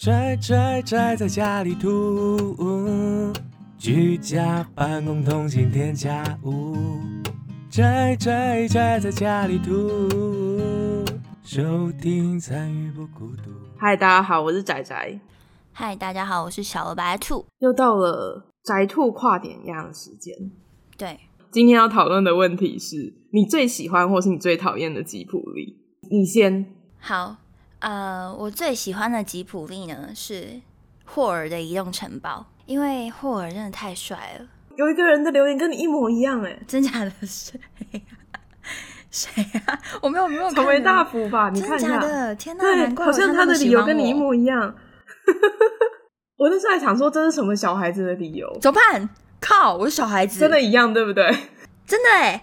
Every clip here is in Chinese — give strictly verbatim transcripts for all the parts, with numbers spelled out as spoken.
宅宅宅在家里吐，居家办公通勤添加物，宅宅宅在家里吐，收听参与不孤独。 嗨，大家好，我是宅宅。 嗨，大家好，我是小白兔。 又到了宅兔跨点样的时间。 对， 今天要讨论的问题是你最喜欢或是你最讨厌的吉普力。你先。 好，呃，我最喜欢的吉普力呢是霍尔的移动城堡，因为霍尔真的太帅了。 有一个人的留言跟你一模一样耶， 真假的？谁谁啊？我没有没有看。 草莓大福吧？你看一下。 真假的？天哪， 对， 难怪好像他的理由跟你一模一样。我那时候还想说这是什么小孩子的理由， 怎么办？靠，我是小孩子， 真的一样对不对？ 真的哎。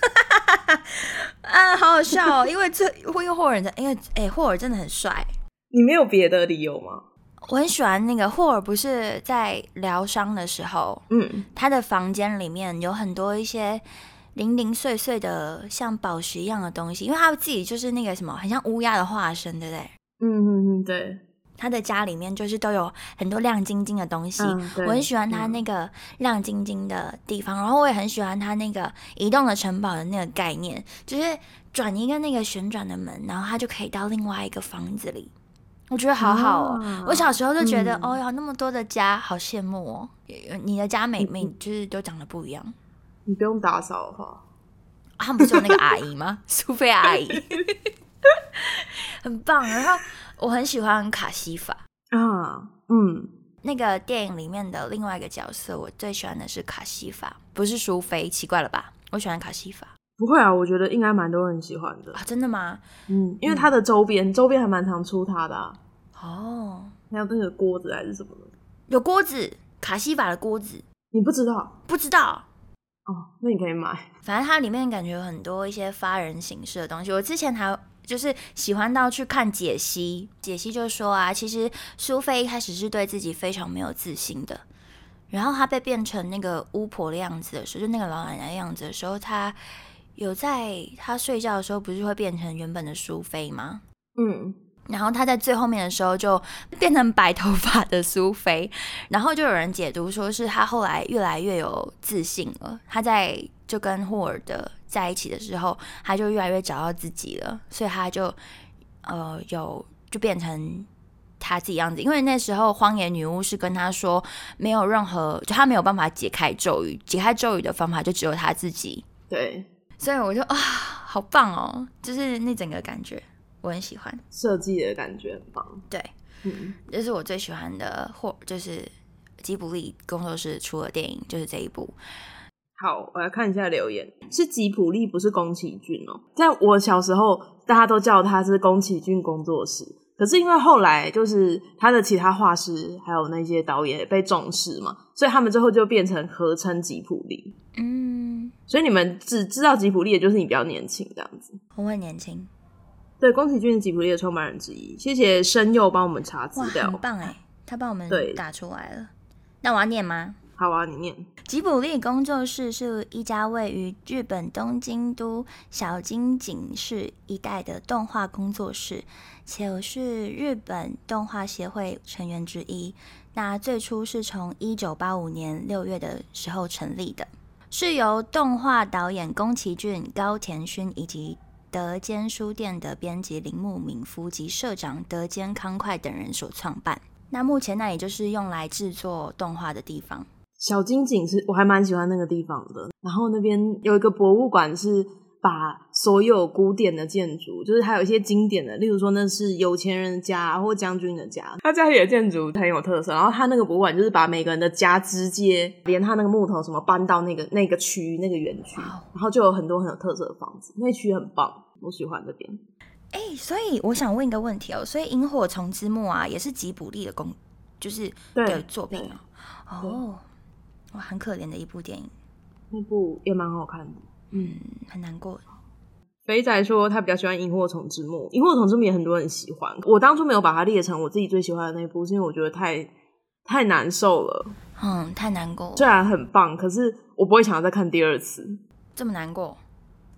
啊，好好笑哦！因为这，因为霍尔，因为哎、欸，霍尔真的很帅。 你没有别的理由吗？ 我很喜欢那个霍尔，不是在疗伤的时候，嗯，他的房间里面有很多一些零零碎碎的像宝石一样的东西，因为他自己就是那个什么，很像乌鸦的化身，对不对？ 嗯嗯嗯，对。 他的家里面就是都有很多亮晶晶的东西，嗯、我很喜欢他那个亮晶晶的地方、嗯，然后我也很喜欢他那个移动的城堡的那个概念，就是转一个那个旋转的门，然后他就可以到另外一个房子里。我觉得好好哦，啊、我小时候就觉得、嗯、哦哟，那么多的家，好羡慕哦。你的家每每就是都长得不一样。 你不用打扫的话， 他们不是有那个阿姨吗？苏菲阿姨，很棒。然后我很喜欢卡西法啊，嗯， 那个电影里面的另外一个角色，我最喜欢的是卡西法，不是苏菲，奇怪了吧？我喜欢卡西法。 不会啊，我觉得应该蛮多人喜欢的啊，真的吗？ 嗯，因为他的周边、嗯、周边还蛮常出他的啊。 哦， 还有那个锅子还是什么的？ 有锅子，卡西法的锅子， 你不知道？ 不知道。 哦，那你可以买。 反正它里面感觉有很多一些发人省思的东西。我之前还就是喜欢到去看解析，解析就说啊，其实苏菲一开始是对自己非常没有自信的，然后她被变成那个巫婆的样子的时候，就那个老奶奶的样子的时候，她有在她睡觉的时候不是会变成原本的苏菲吗？嗯。然后他在最后面的时候就变成白头发的苏菲，然后就有人解读说是他后来越来越有自信了，他在就跟霍尔的在一起的时候，他就越来越找到自己了，所以他就呃有就变成他自己样子。因为那时候荒野女巫是跟他说没有任何，就他没有办法解开咒语，解开咒语的方法就只有他自己。 对， 所以我就啊，好棒哦，就是那整个感觉。我很喜欢设计的感觉，很棒。 对，嗯，这是我最喜欢的，或就是吉卜力工作室出的电影，就是这一部。 好，我来看一下留言，是吉卜力，不是宫崎骏哦。在我小时候，大家都叫他是宫崎骏工作室，可是因为后来就是他的其他画师还有那些导演也被重视嘛，所以他们最后就变成合称吉卜力。嗯，所以你们只知道吉卜力，也就是你比较年轻这样子。 我很年轻。 对，宫崎骏是吉卜力的创办人之一。谢谢申佑帮我们查资料， 很棒耶，他帮我们打出来了。那我要念吗？ 好啊，你念。 吉卜力工作室是一家位于日本东京都小金井市一带的动画工作室，且我是日本动画协会成员之一。那最初是从一九八五年六月的时候成立的，是由动画导演宫崎骏、高田勋以及德间书店的编辑铃木敏夫及社长德间康快等人所创办。那目前那里就是用来制作动画的地方。 小金井是我还蛮喜欢那个地方的，然后那边有一个博物馆是把所有古典的建筑，就是还有一些经典的，例如说那是有钱人的家或将军的家，他家里的建筑很有特色。然后他那个博物馆就是把每个人的家直接连他那个木头什么搬到那个那个区域那个园区，然后就有很多很有特色的房子，那区很棒，我喜欢那边。 哎、欸，所以我想问一个问题哦，所以萤火虫之墓啊也是吉卜力的工就是的作品哦。哦，哇，很可怜的一部电影。 那部也蛮好看的。 嗯，很难过。 肥仔说他比较喜欢萤火虫之墓，萤火虫之墓也很多人喜欢，我当初没有把它列成我自己最喜欢的那一部，是因为我觉得太太难受了。 嗯，太难过了。 虽然很棒，可是我不会想要再看第二次。 这么难过？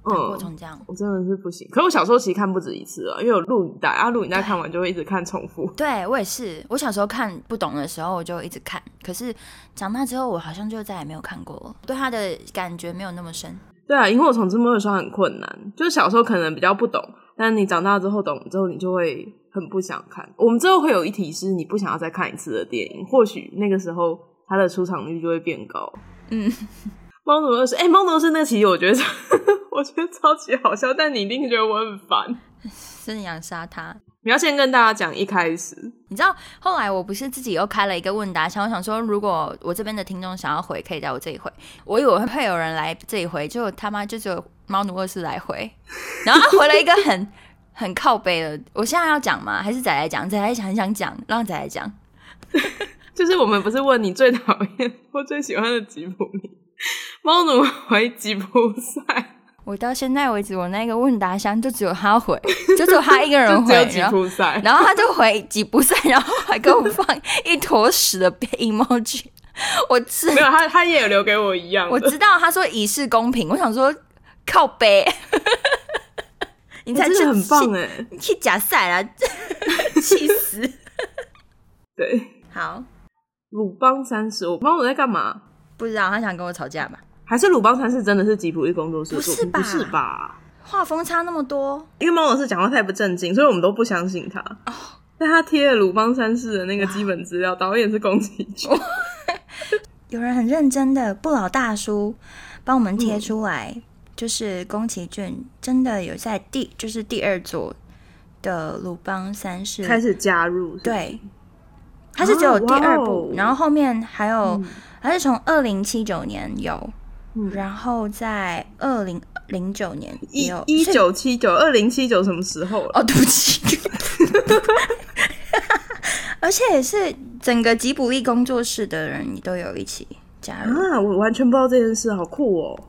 看过从这样、嗯、 我真的是不行。可是我小时候其实看不止一次啊，因为有录影带啊，录影带看完就会一直看重复。 对，我也是，我小时候看不懂的时候我就一直看，可是长大之后我好像就再也没有看过了，对他的感觉没有那么深。 对啊，萤火虫之墓的时候很困难，就是小时候可能比较不懂，但是你长大之后懂之后你就会很不想看。我们之后会有一题是你不想要再看一次的电影，或许那个时候它的出场率就会变高。嗯，猫奴二世，哎，猫奴二世那个其实我觉得我觉得超级好笑，但你一定觉得我很烦， 真的想杀他。 你要先跟大家讲一开始， 你知道后来我不是自己又开了一个问答箱，我想说如果我这边的听众想要回可以在我这里回，我以为会有人来这里回，结果他妈就只有猫奴二世来回，然后他回了一个很很靠北的，我现在要讲吗？还是仔来讲？仔来很想讲，让仔来讲。 就是我们不是问你最讨厌或最喜欢的吉卜力，猫奴回吉普赛。 我到现在为止，我那个问答箱就只有他回，就只有他一个人回， 就只有吉普赛， 然后他就回吉普赛，然后还给我放一坨屎的 emoji。我知没有他，他也有留给我一样的。 我知道他说以示公平，我想说靠北，你才、 欸、真的很棒哎， 你去假赛啦，气死！ 对， 好， 鲁邦三世，我猫奴在干嘛？ 不知道，他想跟我吵架吧？ 还是鲁邦三世真的是吉卜力工作室的作品？ 不是吧？ 不是吧？ 画风差那么多， 因为猫老师讲话太不正经，所以我们都不相信他。哦，但他贴了鲁邦三世的那个基本资料，导演是宫崎骏。 有人很认真的不老大叔帮我们贴出来，嗯、就是宫崎骏真的有在第就是第二作的鲁邦三世开始加入是不是， 对，他是只有第二部， 啊、 然后后面还有，嗯、还是从二零七九年有。 嗯、 然后在二零零九年也有一九七九二零七九什么时候了？ 哦，对不起，而且也是整个吉卜力工作室的人都有一起加入啊！我完全不知道这件事，好酷哦！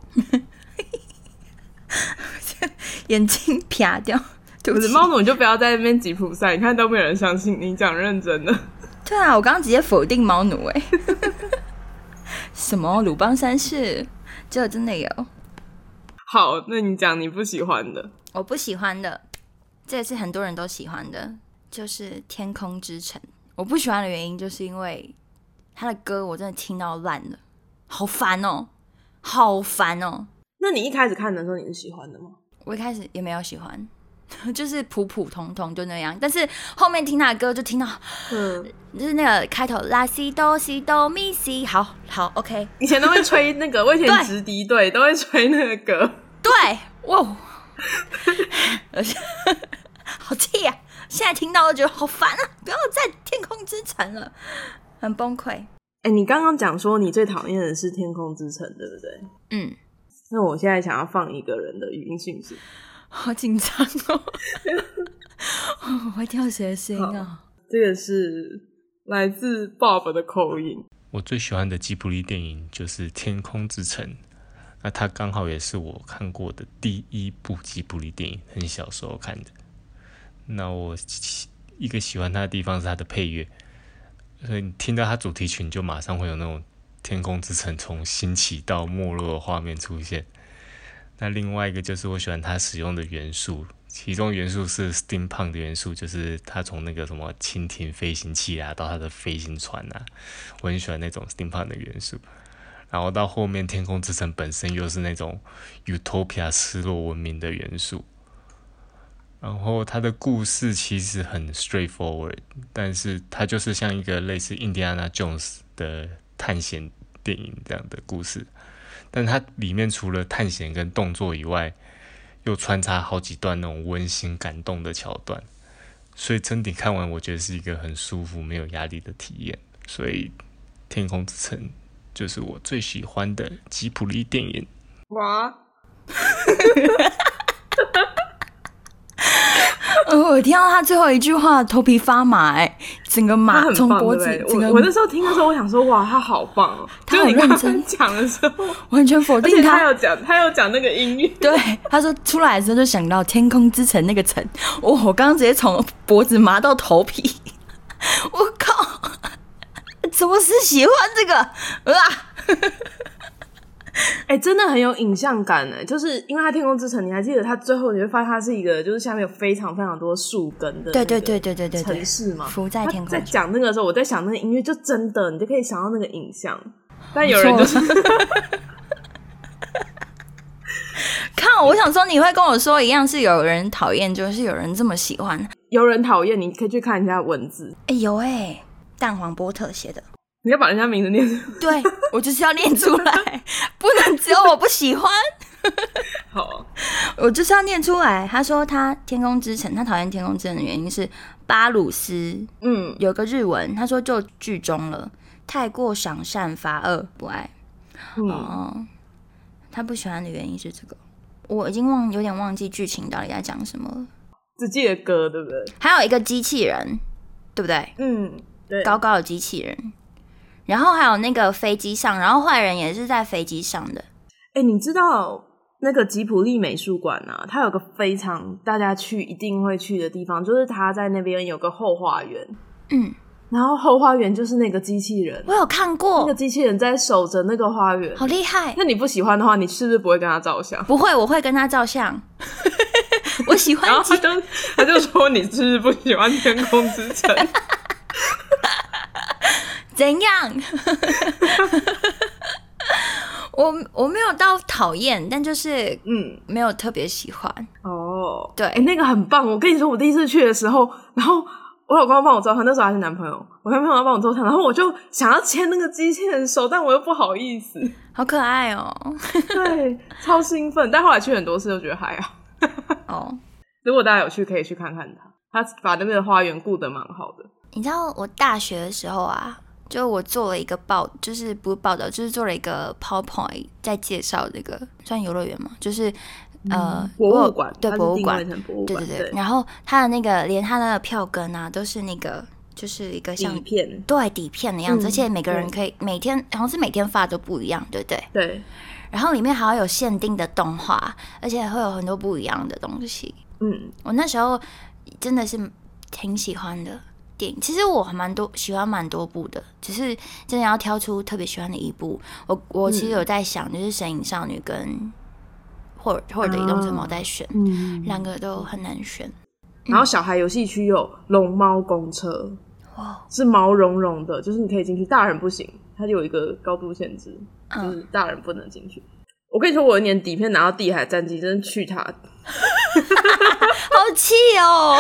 眼睛撇掉，对不起， 猫奴你就不要在那边吉普赛，你看都没有人相信你讲认真的。 对啊，我刚刚直接否定猫奴哎，什么鲁邦三世？结果真的有。 好，那你讲你不喜欢的。 我不喜欢的，这也是很多人都喜欢的，就是《天空之城》。我不喜欢的原因就是因为他的歌我真的听到烂了，好烦哦，好烦哦。 那你一开始看的时候你是喜欢的吗？ 我一开始也没有喜欢，就是普普通通就那样，但是后面听他的歌就听到，嗯，就是那个开头拉西哆西哆咪西，好好 OK。以前都会吹那个，我以前直笛队都会吹那个歌， 对，哇，而且好气啊！现在听到都觉得好烦啊！不要再天空之城了，很崩溃。 哎、欸，你刚刚讲说你最讨厌的是天空之城，对不对？ 嗯。 那我现在想要放一个人的语音讯息， 好紧张哦！我会听到谁的声音啊？ 这个是来自 Bob 的口音。 我最喜欢的吉卜力电影就是《天空之城》，那它刚好也是我看过的第一部吉卜力电影，很小时候看的。那我一个喜欢它的地方是它的配乐，所以你听到它主题曲，你就马上会有那种天空之城从兴起到没落的画面出现。那另外一个就是我喜欢它使用的元素，其中元素是 steampunk 的元素，就是它从那个什么蜻蜓飞行器啊到它的飞行船啊，我很喜欢那种 steampunk 的元素。然后到后面天空之城本身又是那种 utopia 失落文明的元素。然后它的故事其实很 straightforward， 但是它就是像一个类似印第安纳 Jones 的探险电影这样的故事，但它里面除了探险跟动作以外，又穿插好几段那种温馨感动的桥段，所以整体看完我觉得是一个很舒服没有压力的体验。所以天空之城就是我最喜欢的吉卜力电影。 哇呃，我听到他最后一句话，头皮发麻、欸，哎，整个麻从脖子，整个我我那时候听的时候，我想说，哇，他好棒哦！ 他很认真讲的时候， 完全否定他。 他有讲，他有讲那个音乐。 对，他说出来的时候就想到天空之城那个城，哦、我刚刚直接从脖子麻到头皮，我靠，怎么是喜欢这个啊？ 哎、欸，真的很有影像感哎，就是因为它天空之城，你还记得它最后你会发现它是一个，就是下面有非常非常多树根的， 对对对对对对城市嘛， 浮在天空。 在讲那个时候，我在想那个音乐，就真的你就可以想到那个影像，但有人就是看，我想说你会跟我说一样，是有人讨厌，就是有人这么喜欢， 有人讨厌，你可以去看一下文字。 哎、欸，有哎、欸，蛋黄波特写的。 你要把人家名字念出来。 对，我就是要念出来，不能只有我不喜欢。 好、啊， 我就是要念出来。他说他天空之城，他讨厌天空之城的原因是巴鲁斯，嗯，有个日文，他说就剧中了，太过赏善罚恶，不爱。嗯、哦，他不喜欢的原因是这个，我已经忘有点忘记剧情到底在讲什么了， 只记得歌，对不对？ 还有一个机器人，对不对？ 嗯，对， 高高的机器人。然后还有那个飞机上，然后坏人也是在飞机上的。 哎、欸，你知道那个吉普力美术馆啊，它有个非常大家去一定会去的地方，就是它在那边有个后花园。嗯，然后后花园就是那个机器人， 我有看过， 那个机器人在守着那个花园， 好厉害。 那你不喜欢的话，你是不是不会跟他照相？ 不会，我会跟他照相。我喜欢。 然后他就他就说你是不是不喜欢天空之城？ 怎样？我我没有到讨厌，但就是嗯，没有特别喜欢。 哦， 对， 哎、欸，那个很棒。我跟你说，我第一次去的时候，然后我老公要帮我照相，那时候还是男朋友，我男朋友要帮我照相，然后我就想要牵那个机器人手，但我又不好意思。 好可爱哦！ 对，超兴奋。但后来去很多次，就觉得还好。 哦， 如果大家有去，可以去看看他，他把那边的花园顾得蛮好的。 你知道我大学的时候啊，就我做了一个报，就是不是报道，就是做了一个 PowerPoint 在介绍这个算游乐园嘛，就是呃、 嗯、博物馆， 对，博物馆， 博物馆， 对对对。然后它的那个连它的票根啊，都是那个就是一个像底片， 对底片的样子，嗯、而且每个人可以每天好像是每天发都不一样，对不对？ 对。 然后里面还会有限定的动画，而且会有很多不一样的东西。嗯，我那时候真的是挺喜欢的。电影其实我还蛮多喜欢蛮多部的，只是真的要挑出特别喜欢的一部。我我其实有在想，就是《神隐少女》跟霍尔霍尔的移动城堡在选，两、嗯、个都很难选。 然后小孩游戏区有龙猫公车，哇，是毛茸茸的，就是你可以进去，大人不行，它有一个高度限制，就是大人不能进去。嗯、我跟你说，我有一年底片拿到地海战记，真的去他，好气哦！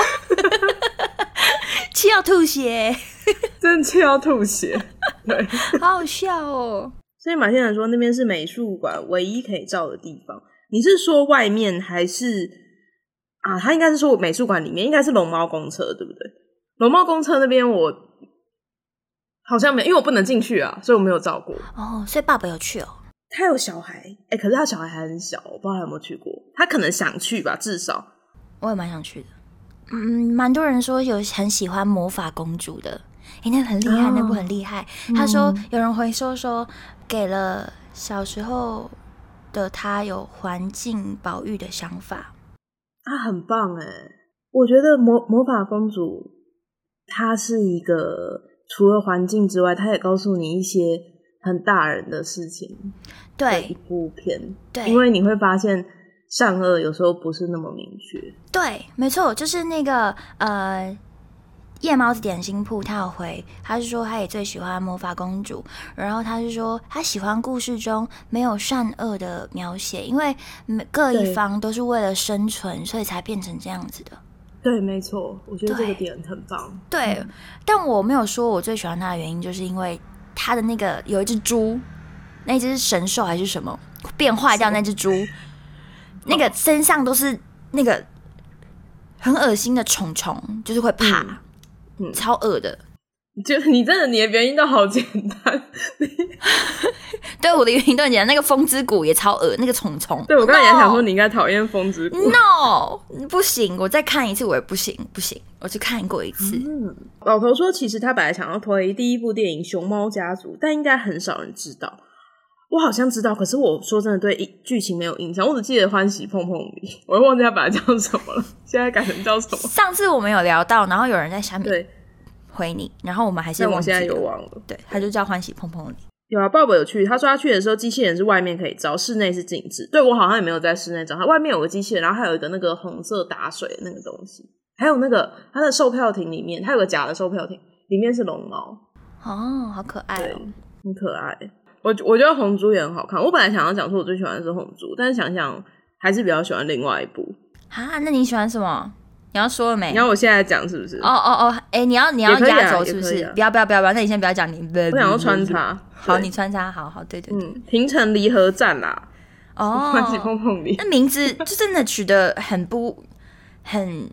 气要吐血， 真的气要吐血，对， 好好笑哦。 所以马先生说那边是美术馆唯一可以照的地方。你是说外面还是啊？他应该是说美术馆里面应该是龙猫公车，对不对？龙猫公车那边我好像没，因为我不能进去啊，所以我没有照过。 哦，所以爸爸有去哦。 他有小孩，哎、欸，可是他小孩还很小，我不知道他有没有去过。他可能想去吧，至少。 我也蛮想去的。嗯，蛮多人说有很喜欢魔法公主的，诶、欸，那很厉害，哦、那部很厉害。他说、嗯、有人回说说给了小时候的他有环境保育的想法， 啊，很棒哎！我觉得魔魔法公主她是一个除了环境之外，她也告诉你一些很大人的事情。 对， 一部片， 对， 因为你会发现。善恶有时候不是那么明确。 对，没错，就是那个呃，夜猫子点心铺，他有回，他是说他也最喜欢魔法公主，然后他是说他喜欢故事中没有善恶的描写，因为各一方都是为了生存，所以才变成这样子的。 对，没错，我觉得这个点很棒。 对，嗯、但我没有说我最喜欢他的原因，就是因为他的那个有一只猪，那只是神兽还是什么变坏掉那只猪。那个身上都是那个很恶心的虫虫，就是会爬，嗯嗯、超恶的。 就你真的你的原因都好简单， 对，我的原因都很简单。那个风之谷也超恶，那个虫虫。 对，我刚才也想说你应该讨厌风之谷。 No， 不行，我再看一次我也不行，不行，我去看过一次。 嗯，老头说，其实他本来想要推第一部电影《熊猫家族》，但应该很少人知道。我好像知道，可是我说真的对剧情没有印象，我只记得欢喜碰碰里，我会忘记他本来叫什么了，现在改成叫什么？ 上次我们有聊到，然后有人在下面回你，然后我们还是忘记了， 但我现在有忘了。 对，他就叫欢喜碰碰里。 有啊 Bob 有去，他说他去的时候机器人是外面可以照，室内是禁止。对，我好像也没有在室内照，他外面有个机器人，然后还有一个那个红色打水的那个东西，还有那个他的售票亭里面，他有个假的售票亭，里面是龙猫。 哦，好可爱哦， 很可爱。我我觉得红猪也很好看，我本来想要讲说我最喜欢的是红猪，但是想想还是比较喜欢另外一部。 啊，那你喜欢什么？你要说了没？ 你要我现在讲是不是？ 哦哦哦，哎、欸，你要你要压轴是不是？ 啊、 不要不要不要不要，那你先不要讲你。 我想要穿插。 好，你穿插，好好，对对对。 嗯，平城离合站啦。 哦， 欢喜碰碰梨。 那名字就真的取得很不很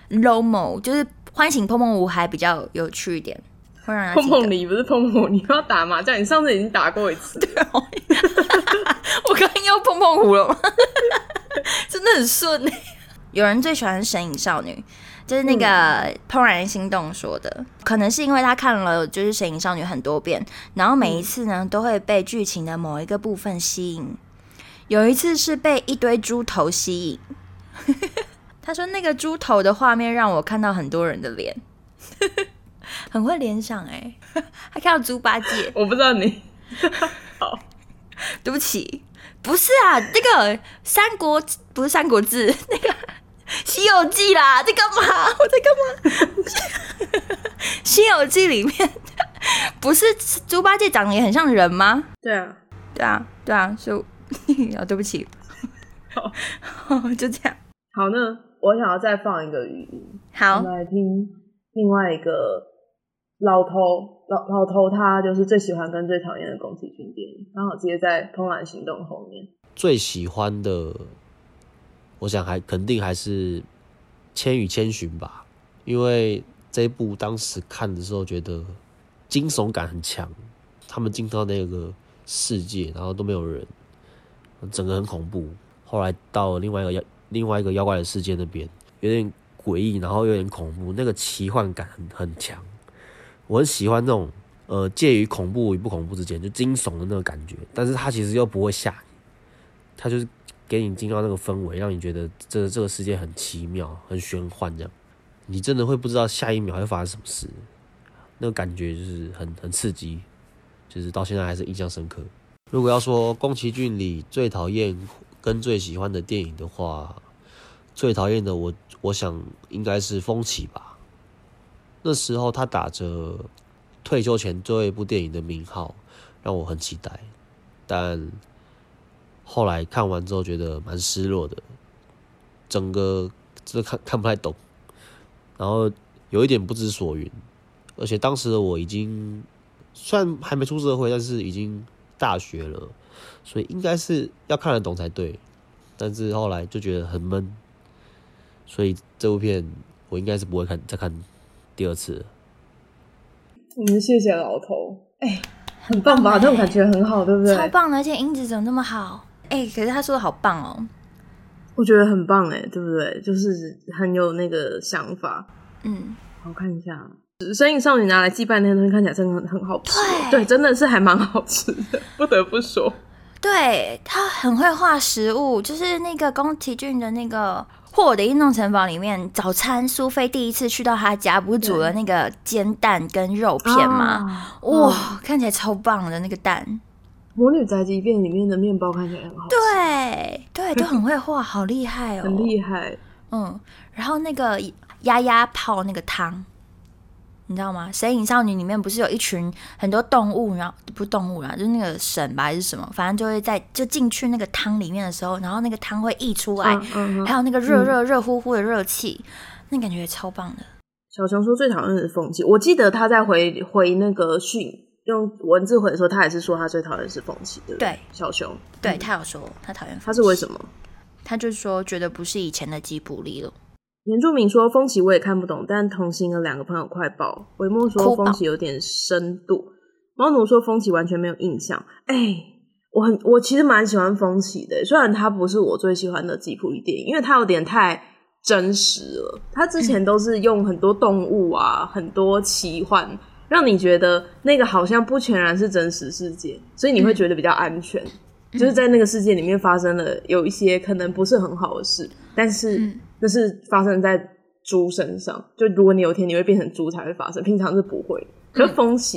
low 就是欢喜碰碰舞还比较有趣一点，会让人碰碰梨不是碰碰，你要打麻将，你上次已经打过一次。 对哦，我刚刚又碰碰舞了吗？真的很顺哎。有人最喜欢神隐少女，就是那个怦然心动说的、嗯、可能是因为他看了就是神隐少女很多遍，然后每一次呢、嗯、都会被剧情的某一个部分吸引。有一次是被一堆猪头吸引他说那个猪头的画面让我看到很多人的脸很会联想哎，还看到猪八戒。 我不知道你好对不起，不是啊，那个三国不是三国志，那个西游记啦，在干嘛？我在干嘛？西游记里面不是猪八戒长得也很像人吗？ 对啊， 对啊，对啊，所以啊，对不起， 好， 就这样。 好呢，我想要再放一个语音， 好， 我们来听另外一个老头，老老头他就是最喜欢跟最讨厌的宫崎骏电影，刚好直接在《怦然心动》后面。 最喜欢的，我想还肯定还是《千与千寻》吧，因为这一部当时看的时候觉得惊悚感很强，他们进到那个世界，然后都没有人，整个很恐怖。后来到了另外一个另外一个妖怪的世界那边，有点诡异，然后有点恐怖，那个奇幻感很很强。我很喜欢那种呃介于恐怖与不恐怖之间，就惊悚的那个感觉，但是它其实又不会吓你，它就是给你进到那个氛围，让你觉得这这个世界很奇妙、很玄幻，这样你真的会不知道下一秒会发生什么事，那个感觉就是很很刺激，就是到现在还是印象深刻。如果要说宫崎骏里最讨厌跟最喜欢的电影的话，最讨厌的我我想应该是《风起》吧。那时候他打着退休前最后一部电影的名号，让我很期待，但后来看完之后觉得蛮失落的，整个真的看看不太懂，然后有一点不知所云，而且当时的我已经虽然还没出社会，但是已经大学了，所以应该是要看得懂才对，但是后来就觉得很闷，所以这部片我应该是不会看再看第二次了。 我们谢谢老头，哎、欸，很棒吧？这种感觉很好，对不对？ 超棒的，而且音质怎么那么好？哎、欸，可是他说的好棒哦， 我觉得很棒哎，对不对？就是很有那个想法。 嗯， 我看一下，神隐少女拿来祭拜那些东西看起来真的很很好吃，对，真的是还蛮好吃的，不得不说。 对，他很会画食物，就是那个宫崎骏的那个《霍尔的移动城堡》里面，早餐苏菲第一次去到他家，不是煮了那个煎蛋跟肉片吗？哇、啊嗯，看起来超棒的那个蛋。 魔女宅急便里面的面包看起来很好吃， 对对，都很会画，好厉害哦， 很厉害。 嗯，然后那个丫丫泡那个汤。你知道吗？神隐少女里面不是有一群很多动物，然后不是动物啦，就是那个神吧还是什么，反正就会在就进去那个汤里面的时候，然后那个汤会溢出来，嗯嗯、还有那个热热热乎乎的热气，嗯、那感觉也超棒的。 小熊说最讨厌的是风起，我记得他在回回那个讯用文字回的时候，他也是说他最讨厌的是风起，对不对？对，小熊， 对、嗯、他有说他讨厌风起， 他是为什么？ 他就说觉得不是以前的吉卜力了。 原住民说风起我也看不懂，但同行的两个朋友快爆。维莫说风起有点深度，猫奴说风起完全没有印象。哎、欸，我很我其实蛮喜欢风起的，虽然它不是我最喜欢的吉卜力电影，因为它有点太真实了。它之前都是用很多动物啊，很多奇幻，让你觉得那个好像不全然是真实世界，所以你会觉得比较安全。嗯、就是在那个世界里面发生了有一些可能不是很好的事，但是。嗯那是发生在猪身上，就如果你有一天你会变成猪才会发生，平常是不会。可是风起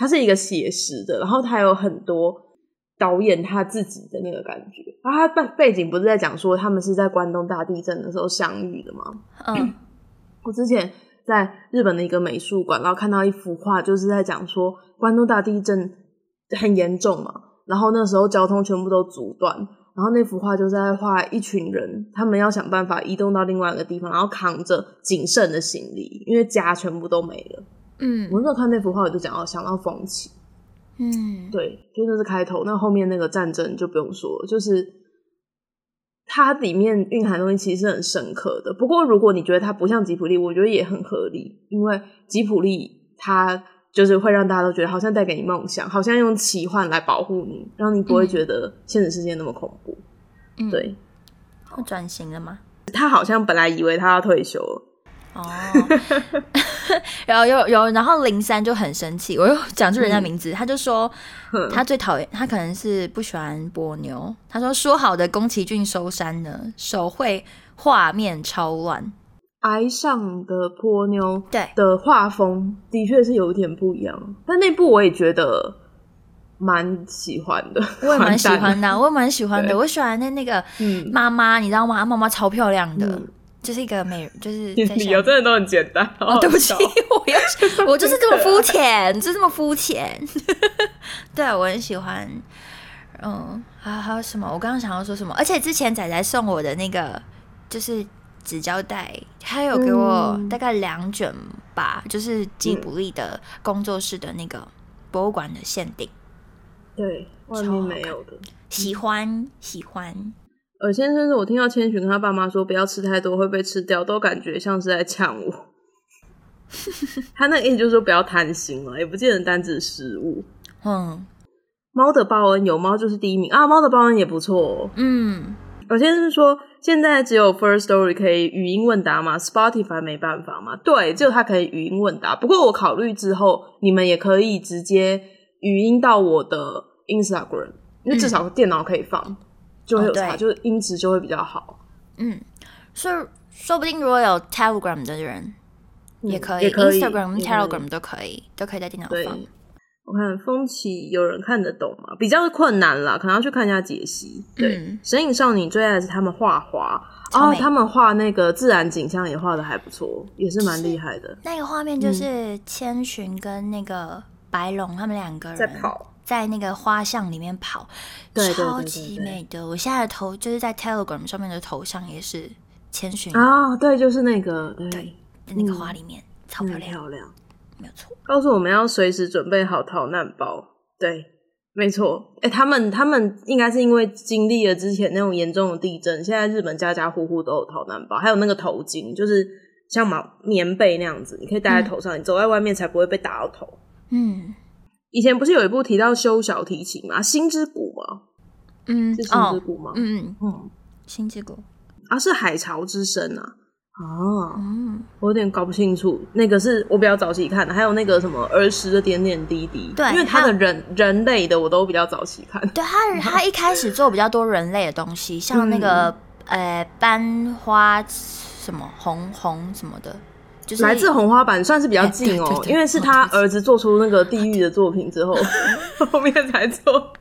它是一个写实的，然后它有很多导演他自己的那个感觉。然后他背景不是在讲说他们是在关东大地震的时候相遇的吗？ 嗯， 我之前在日本的一个美术馆，然后看到一幅画，就是在讲说关东大地震很严重嘛，然后那时候交通全部都阻断，然后那幅画就在画一群人，他们要想办法移动到另外一个地方，然后扛着仅剩的行李，因为家全部都没了。 嗯， 我那时候看那幅画，我就讲到想到风起。 嗯， 对，就那是开头，那后面那个战争就不用说了，就是它里面蕴含的东西其实是很深刻的。不过如果你觉得它不像吉普力，我觉得也很合理，因为吉普力它就是会让大家都觉得好像带给你梦想，好像用奇幻来保护你，让你不会觉得现实世界那么恐怖。 嗯， 对， 要转型了吗？ 他好像本来以为他要退休了。 哦，然后有有，然后林珊就很生气，我又讲出人家名字，嗯、他就说他最讨厌，他可能是不喜欢波妞。他说说好的宫崎骏收山呢，手绘画面超乱。 崖上的波妞对的画风的确是有一点不一样，但那部我也觉得蛮喜欢的， 我也蛮喜欢的，我也蛮喜欢的。我喜欢的那个妈妈，嗯、你知道吗？妈妈超漂亮的。嗯，就是一个美，就是在理由真的都很简单。 哦，对不起，我要我就是这么肤浅，就是这么肤浅。对，我很喜欢。嗯，还还有什么？我刚刚想要说什么？而且之前仔仔送我的那个就是纸胶带，他有给我大概两卷吧，嗯、就是吉卜力的工作室的那个博物馆的限定。 对，外面没有的。 喜欢喜欢。 尔先生是我听到千寻跟他爸妈说不要吃太多会被吃掉，都感觉像是在呛我。他那个意思就是说不要贪心了，也不见得单指食物。嗯，猫的报恩有猫就是第一名啊，猫的报恩也不错哦。嗯，尔先生是说现在只有 First Story 可以语音问答吗？ Spotify 没办法吗？对，只有它可以语音问答。不过我考虑之后你们也可以直接语音到我的 Instagram， 因为至少电脑可以放。嗯，就会有差，哦、就是音质就会比较好。 嗯，所以说不定如果有 Telegram 的人，嗯、也可以， 也可以 Instagram、Telegram 都可以，都可以在电脑放。 我看风起有人看得懂吗？比较困难啦，可能要去看一下解析。对，嗯、神隐少女最爱的是他们画花，哦，他们画那个自然景象也画得还不错，也是蛮厉害的。 那个画面就是千寻跟那个白龙他们两个人在跑。 在那个花巷里面跑， 对对对对对超级美的。我现在的头就是在 Telegram 上面的头像也是千寻啊，对，就是那个 对, 对在那个花里面，嗯、超漂亮， 漂亮， 没有错。 告诉我们要随时准备好逃难包，对，没错。哎、欸，他们他们应该是因为经历了之前那种严重的地震，现在日本家家户户都有逃难包，还有那个头巾，就是像毛棉被那样子，你可以戴在头上，嗯、你走在外面才不会被打到头。嗯。以前不是有一部提到修小提琴吗？星之谷吗？嗯，是星之谷吗？ 哦、嗯嗯，星之谷啊，是海潮之声啊。啊，嗯，我有点搞不清楚。那个是我比较早期看的，还有那个什么儿时的点点滴滴， 对， 因为他的人人类的我都比较早期看。 对，他他一开始做比较多人类的东西，像那个、嗯、呃班花什么红红什么的。就是来自红花板算是比较近哦、喔欸，因为是他儿子做出那个地狱的作品之后，后面才做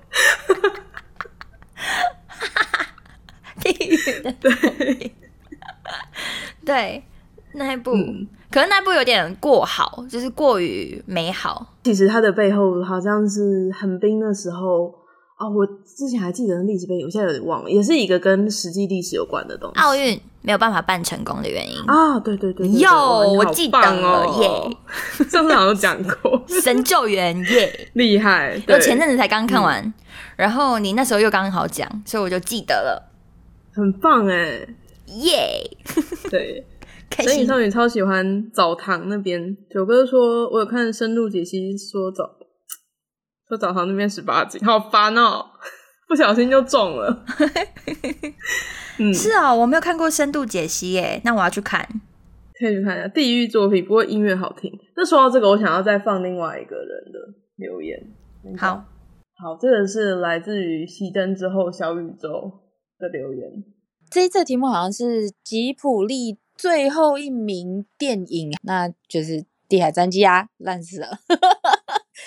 地狱的作品。对，那一部、嗯，可是那一部有点过好，就是过于美好。 其实它的背后好像是横滨的时候。哦，我之前还记得历史背景，我现在有点忘了，也是一个跟实际历史有关的东西。 奥运没有办法办成功的原因啊，对对对对， 有我记得了耶， 上次好像讲过神救援耶， 厉害！ 我前阵子才刚看完、嗯，然后你那时候又刚好讲，所以我就记得了， 很棒哎， 耶！ 对，神隐少女超喜欢澡堂那边，九哥说我有看深度解析说澡。说澡堂那边十八禁，好烦哦！不小心就中了。 嗯，是哦，我没有看过深度解析耶，那我要去看， 可以去看一下地狱作品，不过音乐好听。那说到这个，我想要再放另外一个人的留言。 好， 好，这个是来自于熄灯之后小宇宙的留言。 这一次题目好像是吉卜力最后一名电影，那就是《地海战记》啊，烂死了。因为我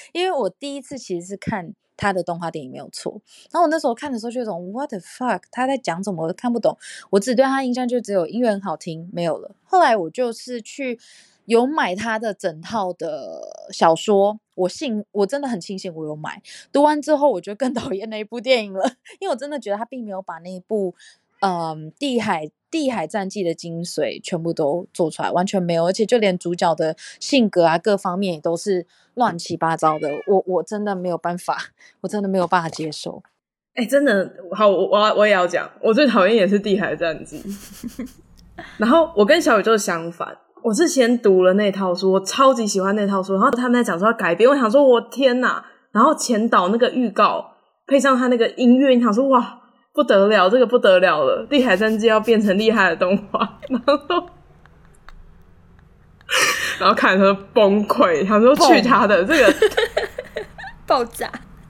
我第一次其实是看他的动画电影没有错，然后我那时候看的时候就有种 what the fuck 他在讲什么我都看不懂，我只对他印象就只有音乐很好听没有了。后来我就是去有买他的整套的小说，我幸我真的很庆幸我有买，读完之后我就更讨厌那一部电影了，因为我真的觉得他并没有把那一部嗯地海地海战记的精髓全部都做出来，完全没有，而且就连主角的性格啊各方面也都是乱七八糟的，我我真的没有办法，我真的没有办法接受。 哎、欸，真的好，我我我也要讲，我最讨厌也是地海战记。然后我跟小宇宙相反，我是先读了那套书，我超级喜欢那套书，然后他们在讲说要改编，我想说我天哪，然后前导那个预告配上他那个音乐，你想说哇不得了，这个不得了了，地海战记要变成厉害的动画，然后然后看的时候崩溃，想说去他的这个爆炸，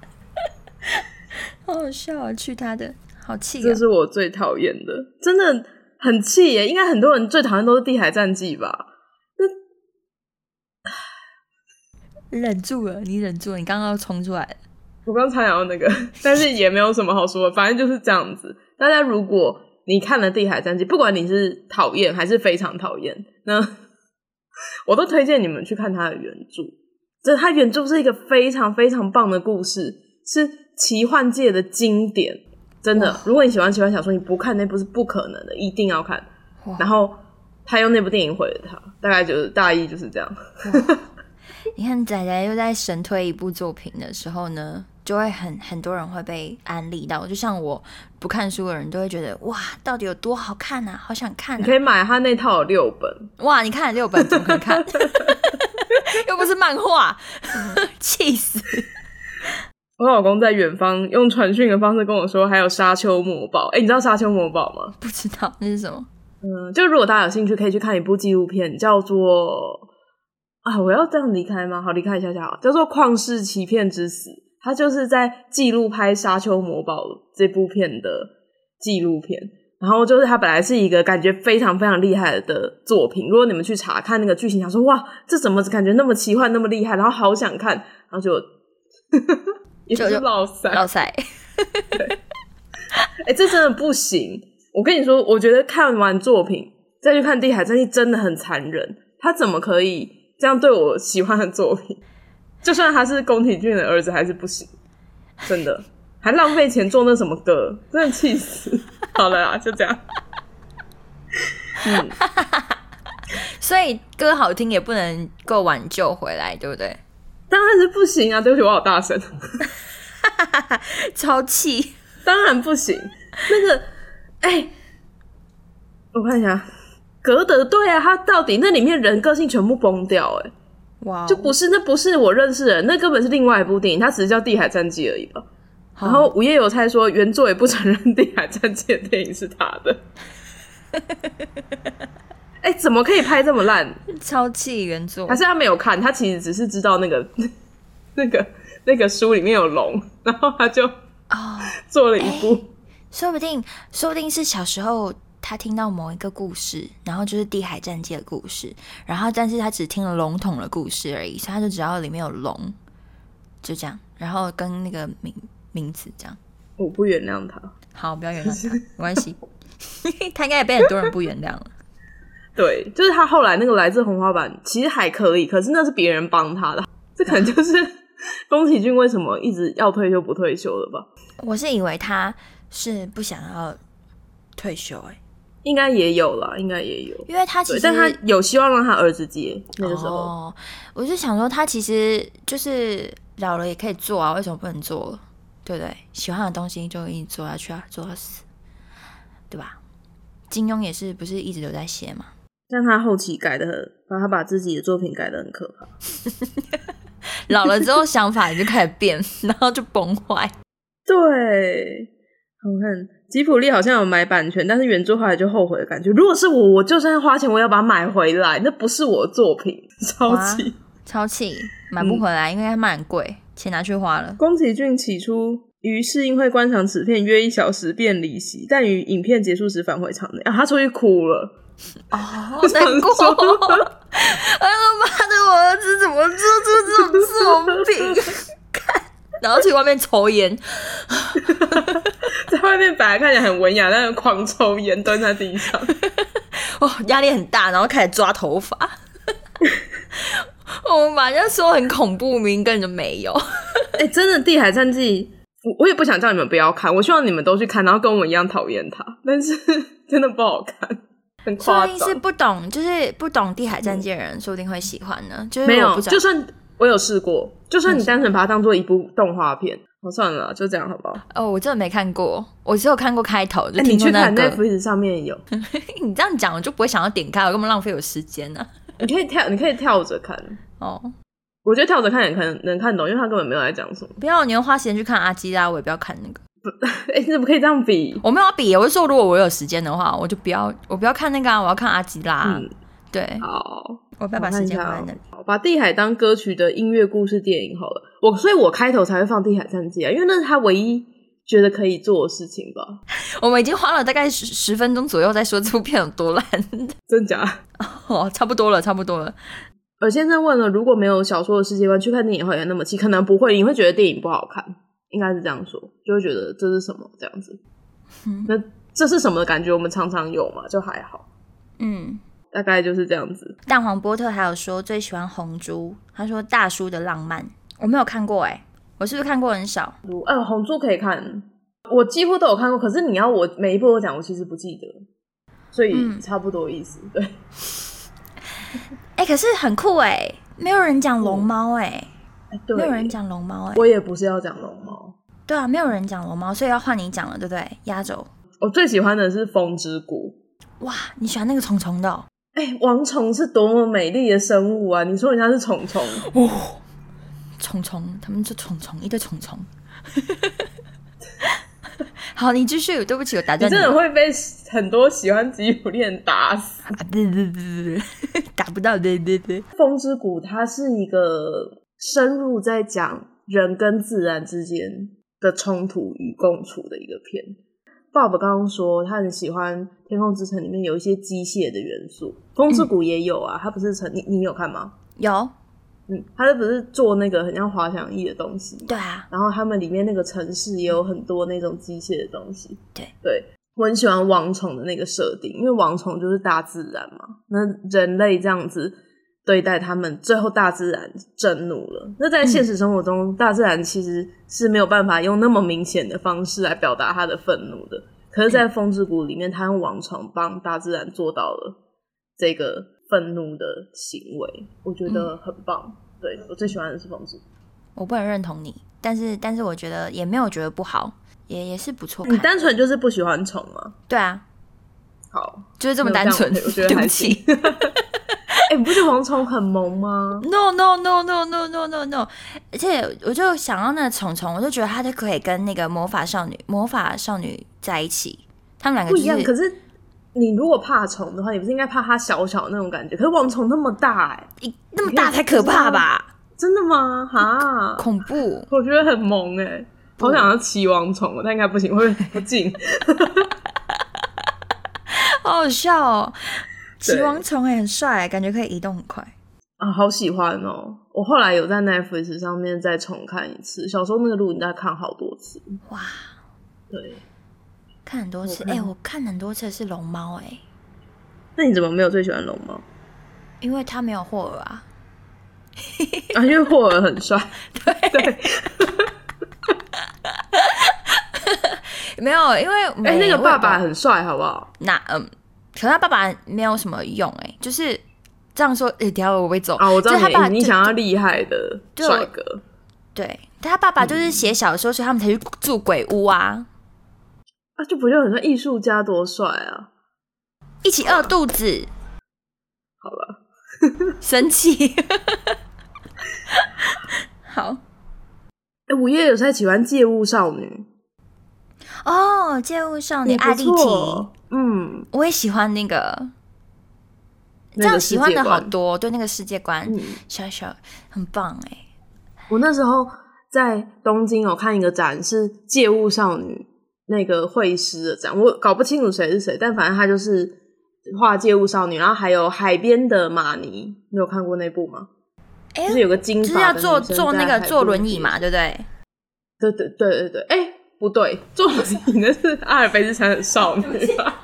好好笑啊！去他的，好气、啊！ 这是我最讨厌的，真的很气耶！应该很多人最讨厌都是地海战记吧？ 忍住了，你忍住了，你刚刚要冲出来了。 我刚才要那个，但是也没有什么好说的，反正就是这样子。大家如果你看了地海战记，不管你是讨厌还是非常讨厌，那我都推荐你们去看他的原著。这他原著是一个非常非常棒的故事，是奇幻界的经典，真的。如果你喜欢奇幻小说，你不看那部是不可能的，一定要看。然后他用那部电影毁了他，大概就是大意就是这样。 你看仔仔又在神推一部作品的时候呢，就会很很多人会被安利到，就像我不看书的人都会觉得哇到底有多好看啊，好想看啊。 你可以买他那套有六本， 哇你看了六本怎么可能看又不是漫画气死。 我老公在远方用传讯的方式跟我说还有沙丘魔堡。诶你知道沙丘魔堡吗？ 不知道那是什么。 嗯，就如果大家有兴趣可以去看一部纪录片，叫做啊，我要这样离开吗？好，离开一下下好，叫做《旷世奇片之死》，它就是在记录拍《沙丘魔堡》这部片的纪录片。然后就是它本来是一个感觉非常非常厉害的作品，如果你们去查看那个剧情，想说哇，这怎么感觉那么奇幻，那么厉害，然后好想看，然后就也是落塞落塞。 对，哎、欸，这真的不行。我跟你说，我觉得看完作品再去看《地海战记》真的很残忍，他怎么可以这样对我喜欢的作品？就算他是宫崎骏的儿子还是不行，真的还浪费钱做那什么歌，真的气死。好了啦，就这样。嗯， 所以歌好听也不能够挽救回来，对不对？ 当然是不行啊！对不起，我好大声， 超气！ 当然不行。那个，哎、欸，我看一下，格德对啊，他到底那里面人个性全部崩掉、欸，哎，哇，就不是那不是我认识的人，那根本是另外一部电影，它只是叫《地海战记》而已吧。然后午夜邮差说，原作也不承认《地海战记》的电影是他的。哎、欸，怎么可以拍这么烂？ 超气原作， 还是他没有看？他其实只是知道那个那个那个书里面有龙，然后他就哦做了一部、欸。 说不定，说不定是小时候他听到某一个故事，然后就是《地海战记》的故事，然后但是他只听了笼统的故事而已，所以他就知道里面有龙，就这样，然后跟那个名名字这样。 我不原谅他。 好，不要原谅他，没关系。他应该也被很多人不原谅了。 对，就是他后来那个来自红花版其实还可以，可是那是别人帮他的，这可能就是宫崎骏为什么一直要退休不退休的吧。 我是以为他是不想要退休、欸、 应该也有啦，应该也有， 因为他其实但他有希望让他儿子接那个时候、 哦、我就想说他其实就是老了也可以做啊，为什么不能做，对不对？喜欢的东西就一直做下去啊，做到死，对吧？金庸也是不是一直都在写吗？ 但他后期改的很，他把自己的作品改的很可怕。 老了之后想法也就开始变，然后就崩坏。 对，我看吉卜力好像有买版权，但是原作后来就后悔的感觉。如果是我，我就算花钱，我要把它买回来，那不是我的作品，超气， 超气，买不回来，嗯、因为它卖很贵，钱拿去花了。 宫崎骏起初于是因会观赏此片约一小时便离席，但于影片结束时返回场内。啊，他出去哭了。 哦，好难过！哎呀妈的，我儿子怎么做出这种作品？ 然后去外面抽烟， 在外面本来看起来很文雅，但是狂抽烟，蹲在地上， 哦，压力很大，然后开始抓头发。我们把人家说很恐怖，明明根本就没有。 哎、欸，真的《地海战记》，我我也不想叫你们不要看，我希望你们都去看，然后跟我一样讨厌它，但是真的不好看，很夸张。 说不定是不懂，就是不懂《地海战记》的人，说不定会喜欢呢。就是没有， 我不知道就算我有试过，就算你单纯把它当做一部动画片，我、哦、算了，就这样好不好？ 哦，我真的没看过，我只有看过开头，就听说那个。欸、你去看 Netflix 上面有。 你这样讲，我就不会想要点开，我根本浪费我时间呢、啊。 你可以跳，你可以跳着看哦。 我觉得跳着看也看能看懂，因为他根本没有在讲什么。 不要，你要花时间去看阿基拉，我也不要看那个。 哎、欸，你怎么可以这样比？ 我没有要比，我是说如果我有时间的话，我就不要，我不要看那个啊，我要看阿基拉。嗯，对。 好， 我不要把时间花在那里。 好，把地海当歌曲的音乐故事电影好了。我，所以我开头才会放地海战记啊，因为那是他唯一觉得可以做的事情吧。 我们已经花了大概十十分钟左右在说这部片有多烂。 真假？ 哦，差不多了，差不多了。 尔先生问了，如果没有小说的世界观，去看电影会演那么气？可能不会，你会觉得电影不好看，应该是这样说，就会觉得这是什么这样子。嗯、那这是什么的感觉？我们常常有嘛，就还好。嗯，大概就是这样子。 蛋黄波特还有说最喜欢红猪，他说大叔的浪漫，我没有看过哎、欸，我是不是看过很少？ 呃，红猪可以看，我几乎都有看过，可是你要我每一部都讲，我其实不记得，所以差不多意思。嗯、对。 哎、欸，可是很酷哎、欸，没有人讲龙猫哎，没有人讲龙猫哎， 我也不是要讲龙猫， 对啊，没有人讲龙猫，所以要换你讲了，对不对？压轴， 我最喜欢的是风之谷。 哇，你喜欢那个虫虫的、哦？ 哎、欸，王虫是多么美丽的生物啊！你说人家是虫虫， 哦，虫虫，他们就虫虫，一堆虫虫。好，你继续。对不起，我打断你。 你真的会被很多喜欢吉卜力人打死。 啊，对对对对，打不到，对对对。 风之谷它是一个深入在讲人跟自然之间的冲突与共处的一个片。爸爸刚刚说他很喜欢《天空之城》里面有一些机械的元素，风之谷也有啊。他、嗯、不是成你你有看吗？ 有。 嗯，他不是做那个很像滑翔翼的东西， 对啊， 然后他们里面那个城市也有很多那种机械的东西， 对对，我很喜欢王虫的那个设定，因为王虫就是大自然嘛，那人类这样子对待他们，最后大自然震怒了。那在现实生活中、嗯、大自然其实是没有办法用那么明显的方式来表达他的愤怒的，可是在风之谷里面，他用王虫帮大自然做到了这个愤怒的行为，我觉得很棒、嗯、对，我最喜欢的是风之谷。 我不能认同你，但是但是我觉得也没有觉得不好，也也是不错看。 你单纯就是不喜欢虫吗？ 对啊， 好， 就是这么单纯。 我觉得还行。哎、欸，你不觉得王虫很萌吗 ？No no no no no no no no！ 而且我就想到那个虫虫，我就觉得他就可以跟那个魔法少女魔法少女在一起，他们两个、就是、 不一样。可是你如果怕虫的话，你不是应该怕它小小那种感觉？可是王虫那么大、欸，哎， 那么大才可怕吧？ 真的吗？哈， 恐怖！ 我觉得很萌哎、欸，好想要骑王虫，但应该不行，会不进。 好好笑哦！骑王虫也很帅，感觉可以移动很快啊，好喜欢哦！我后来有在 Netflix 上面再重看一次，小时候那个录影带看好多次。 哇， 对， 看很多次。哎、欸，我看很多次的是龙猫哎。 那你怎么没有最喜欢龙猫？ 因为他没有霍尔啊。 啊，因为霍尔很帅。 对对。没有，因为哎、 欸，那个爸爸很帅，好不好？ 那嗯，可是他爸爸没有什么用哎、欸，就是这样说。哎、欸，等一下我会走啊，我知道他爸你你想要厉害的帅哥。 对，他爸爸就是写小说，所以他们才去住鬼屋啊。 啊，就不就很像艺术家多帅啊！ 一起饿肚子。 好了， 生气。好。 哎、欸，午夜有在喜欢借物少女。 哦，借物少女艾丽缇， 嗯， 我也喜欢那个，这样喜欢的好多，对那个世界观，嗯、小小很棒哎。 我那时候在东京有看一个展，是借物少女那个绘师的展，我搞不清楚谁是谁，但反正他就是画借物少女，然后还有海边的玛尼，你有看过那部吗？ 欸、 就是有个金发的女生在海边， 就是要坐坐那个坐轮椅嘛，对不对？ 对对对对对，哎、欸，不对，做你那是阿尔卑斯山的少女吧？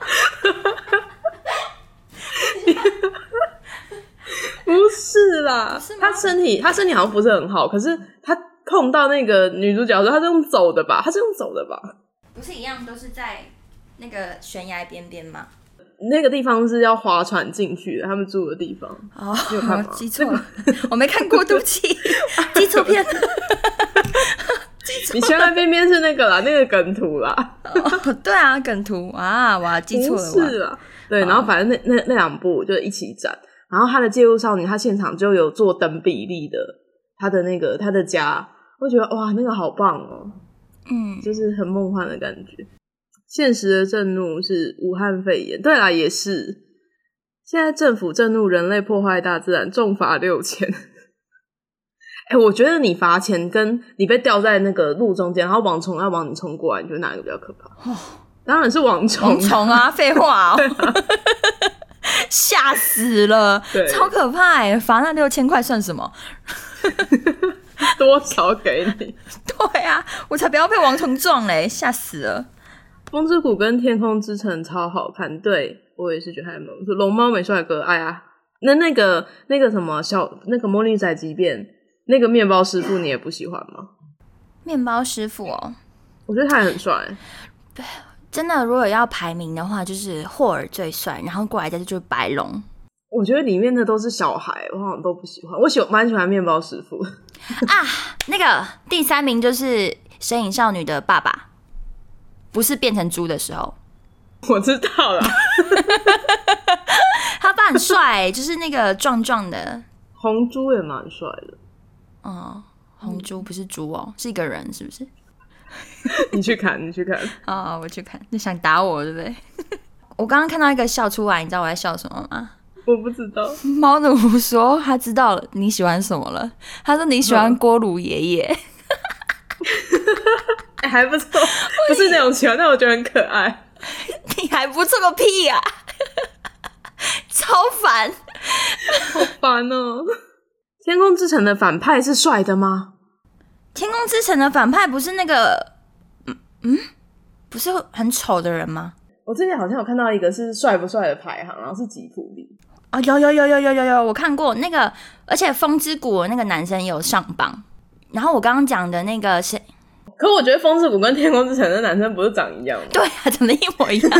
不是啦，她身体她身体好像不是很好，可是她碰到那个女主角的时候，她是用走的吧？她是用走的吧？ 不是一样都是在那个悬崖边边吗？ 那个地方是要划船进去的，他们住的地方。 哦， 你有看吗？ 记错了，我没看过，对不起，记错片了。 你悬崖边边是那个啦，那个梗图啦。 哦，对啊，梗图啊，哇，记错了。 不是啦，对，然后反正那那那两部就一起展。然后他的借物少女，他现场就有做等比例的他的那个他的家，我觉得哇，那个好棒哦， 嗯， 就是很梦幻的感觉。现实的震怒是武汉肺炎，对啦，也是。现在政府震怒人类破坏大自然，重罚六千。哎、欸，我觉得你罚钱跟你被吊在那个路中间，然后蝗虫要往你冲过来，你觉得哪一个比较可怕？哦，当然是蝗虫。 蝗虫啊，废话哦。吓死了，超可怕哎、欸！罚那六千块算什么？ 多少给你？ 对啊，我才不要被蝗虫撞嘞，吓死了！ 风之谷跟天空之城超好看，对我也是觉得还蛮不错。龙猫美帅哥，哎呀，那那个那个什么小那个魔女宅急便那个面包师傅，你也不喜欢吗？ 面包师傅哦， 我觉得他也很帅。 对。真的，如果要排名的话，就是霍尔最帅，然后过来再就是白龙。 我觉得里面的都是小孩，我好像都不喜欢。我喜蛮喜欢面包师傅啊。那个第三名就是神隐少女的爸爸，不是变成猪的时候。 我知道了， 他爸很帅，就是那个壮壮的红猪也蛮帅的。 哦，红猪不是猪哦，是一个人，是不是？ 你去看，你去看啊、哦！我去看，你想打我对不对？我刚刚看到一个笑出来，你知道我在笑什么吗？ 我不知道。 猫奴说他知道了你喜欢什么了，他说你喜欢锅炉爷爷。 哎、欸，还不错，不是那种喜欢，但我觉得很可爱。 你还不错个屁呀、啊！超烦， 好烦哦！天空之城的反派是帅的吗？ 天空之城的反派不是那个，嗯嗯，不是很丑的人吗？ 我之前好像有看到一个是帅不帅的排行，然后是吉普力。 哦，有有有有有有有，我看过那个，而且风之谷那个男生也有上榜。然后我刚刚讲的那个是， 可我觉得风之谷跟天空之城的男生不是长一样吗？ 对啊，长得一模一样，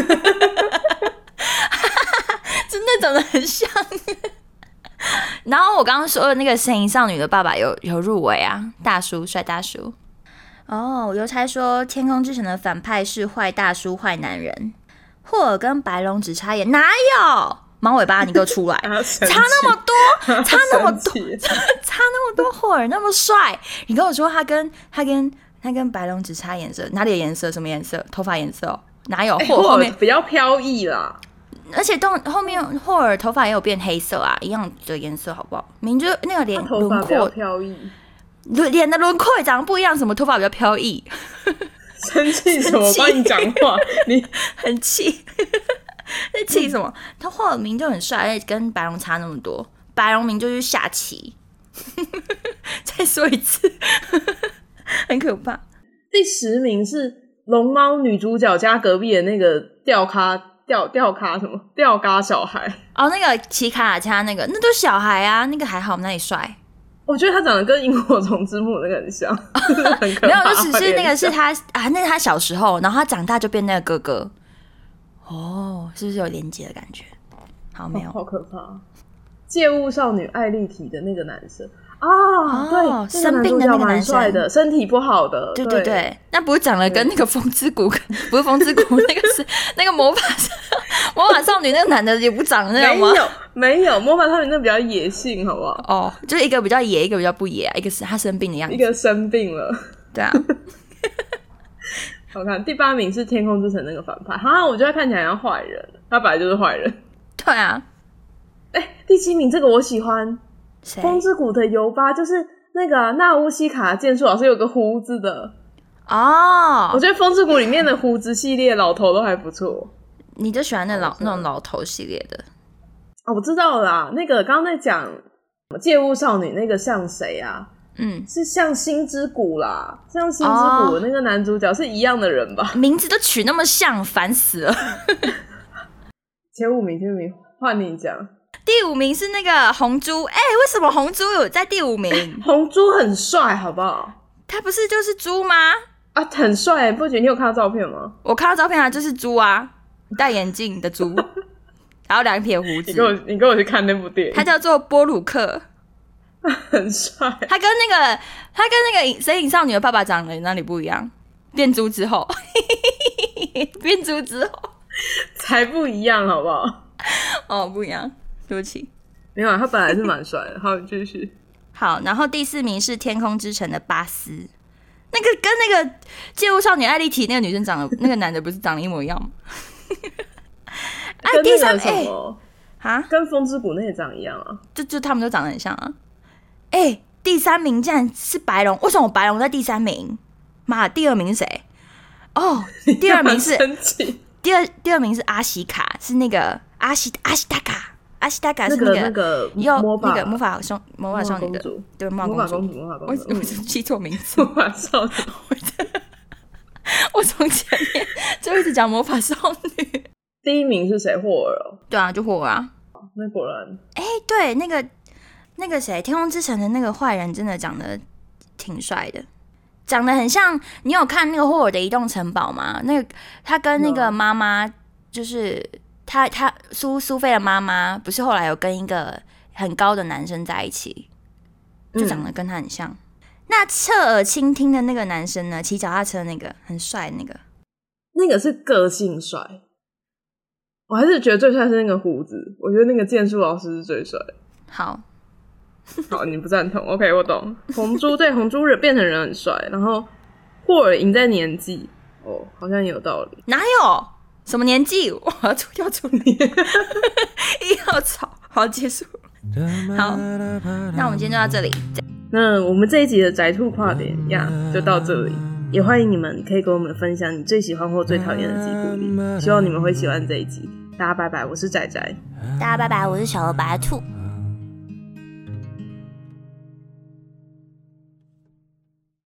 真的长得很像。然后我刚刚说的那个神隐少女的爸爸有有入围啊，大叔帅大叔。哦，邮差说天空之城的反派是坏大叔坏男人，霍尔跟白龙只差眼，哪有？猫尾巴你给我出来！差那么多，差那么多，差那么多，霍尔那么帅，你跟我说他跟他跟他跟白龙只差颜色，哪里的颜色？什么颜色？头发颜色哦？哪有？霍尔后面比较飘逸啦。 而且动后面霍尔头发也有变黑色啊，一样的颜色，好不好？明明就那个脸轮廓飘逸， 脸的轮廓也长得不一样，什么头发比较飘逸？ 生气什么？我帮你讲话，你很气，在气什么？他霍尔明就很帅，而且跟白龙差那么多，白龙明就是下棋。再说一次，很可怕。 第十名是龙猫女主角家隔壁的那个吊咖。吊吊咖什么吊咖小孩哦，那个骑卡卡恰那个，那都小孩啊，那个还好，那里帅。 我觉得他长得跟萤火虫之墓那个很像，很可怕。 没有，就只是那个是他啊，那是他小时候，然后他长大就变那个哥哥。哦，是不是有连结的感觉？好，没有， 哦、好可怕。借物少女艾丽缇的那个男生啊， 哦、 对， 生病的那个男生， 帅的，身体不好的， 对对对，那不是长得跟那个风之谷，不是风之谷，那个是那个魔法魔法少女那个男的也不长那样吗？ 没有没有，魔法少女那比较野性，好不好？ 哦，就是一个比较野，一个比较不野啊，一个是他生病的样子， 一个生病了， 对啊。 好看，第八名是天空之城那个反派，哈，我觉得他看起来像坏人，他本来就是坏人。 对啊。 哎、欸，第七名这个我喜欢，风之谷的尤巴，就是那个纳乌西卡剑术老师有个胡子的哦。 我觉得风之谷里面的胡子系列老头都还不错。 你就喜欢那老那种老头系列的？ 哦，我知道了啦，那个刚刚在讲借物少女那个像谁啊？ 嗯， 是像星之谷啦，像星之谷的那个男主角是一样的人吧？ 名字都取那么像，烦死了。 前五名，前五名，换你讲。 第五名是那个红猪，哎、欸，为什么红猪有在第五名？ 红猪很帅，好不好？ 他不是就是猪吗？ 啊，很帅，不觉得你有看到照片吗？ 我看到照片啊，就是猪啊，戴眼镜的猪，还有两撇胡子。 你跟我，你跟我去看那部电影， 他叫做波鲁克。 很帅， 他跟那个他跟那个《神隐少女》的爸爸长得哪里不一样？变猪之后，变猪之后才不一样，好不好？ 哦，不一样，对不起。 没有啊，他本来是蛮帅的。好，继续。 好，然后第四名是《天空之城》的巴斯，那个跟那个《街舞少女艾莉缇》那个女生长得，那个男的不是长得一模一样吗？ 哎，第三什么？ 啊， 跟风之谷那些长一样啊？ 就就他们都长得很像啊。哎、欸，第三名竟然是白龙，为什么白龙在第三名？妈，第二名是谁？哦，第二名是第二第二名是阿西卡，是那个阿西阿西达卡，阿西达卡是那个那个有魔法那个魔法少魔法少女的，对魔法公主， 魔法公主， 我我记错名字， 魔法少女。 我从前面就一直讲魔法少女。 第一名是谁？霍尔。 对啊，就霍尔啊。 那果然， 哎、欸，对，那个。那个谁，天空之城的那个坏人真的长得挺帅的，长得很像。你有看那个霍尔的移动城堡吗？那个他跟那个妈妈，就是他他苏苏菲的妈妈，不是后来有跟一个很高的男生在一起，就长得跟他很像。嗯、那侧耳倾听的那个男生呢？骑脚踏车那个很帅，那个那个是个性帅。我还是觉得最帅是那个胡子，我觉得那个剑术老师是最帅的。 好。 好，你不赞同 ？OK， 我懂。红猪对红猪人变成人很帅，然后霍尔赢在年纪，哦，好像也有道理。 哪有什么年纪？我要出要出你，一要吵，好结束。好，那我们今天就到这里。 那我们这一集的宅兔跨点呀，就到这里。也欢迎你们可以跟我们分享你最喜欢或最讨厌的吉卜力，希望你们会喜欢这一集。大家拜拜，我是仔仔。 大家拜拜，我是小鹅白兔。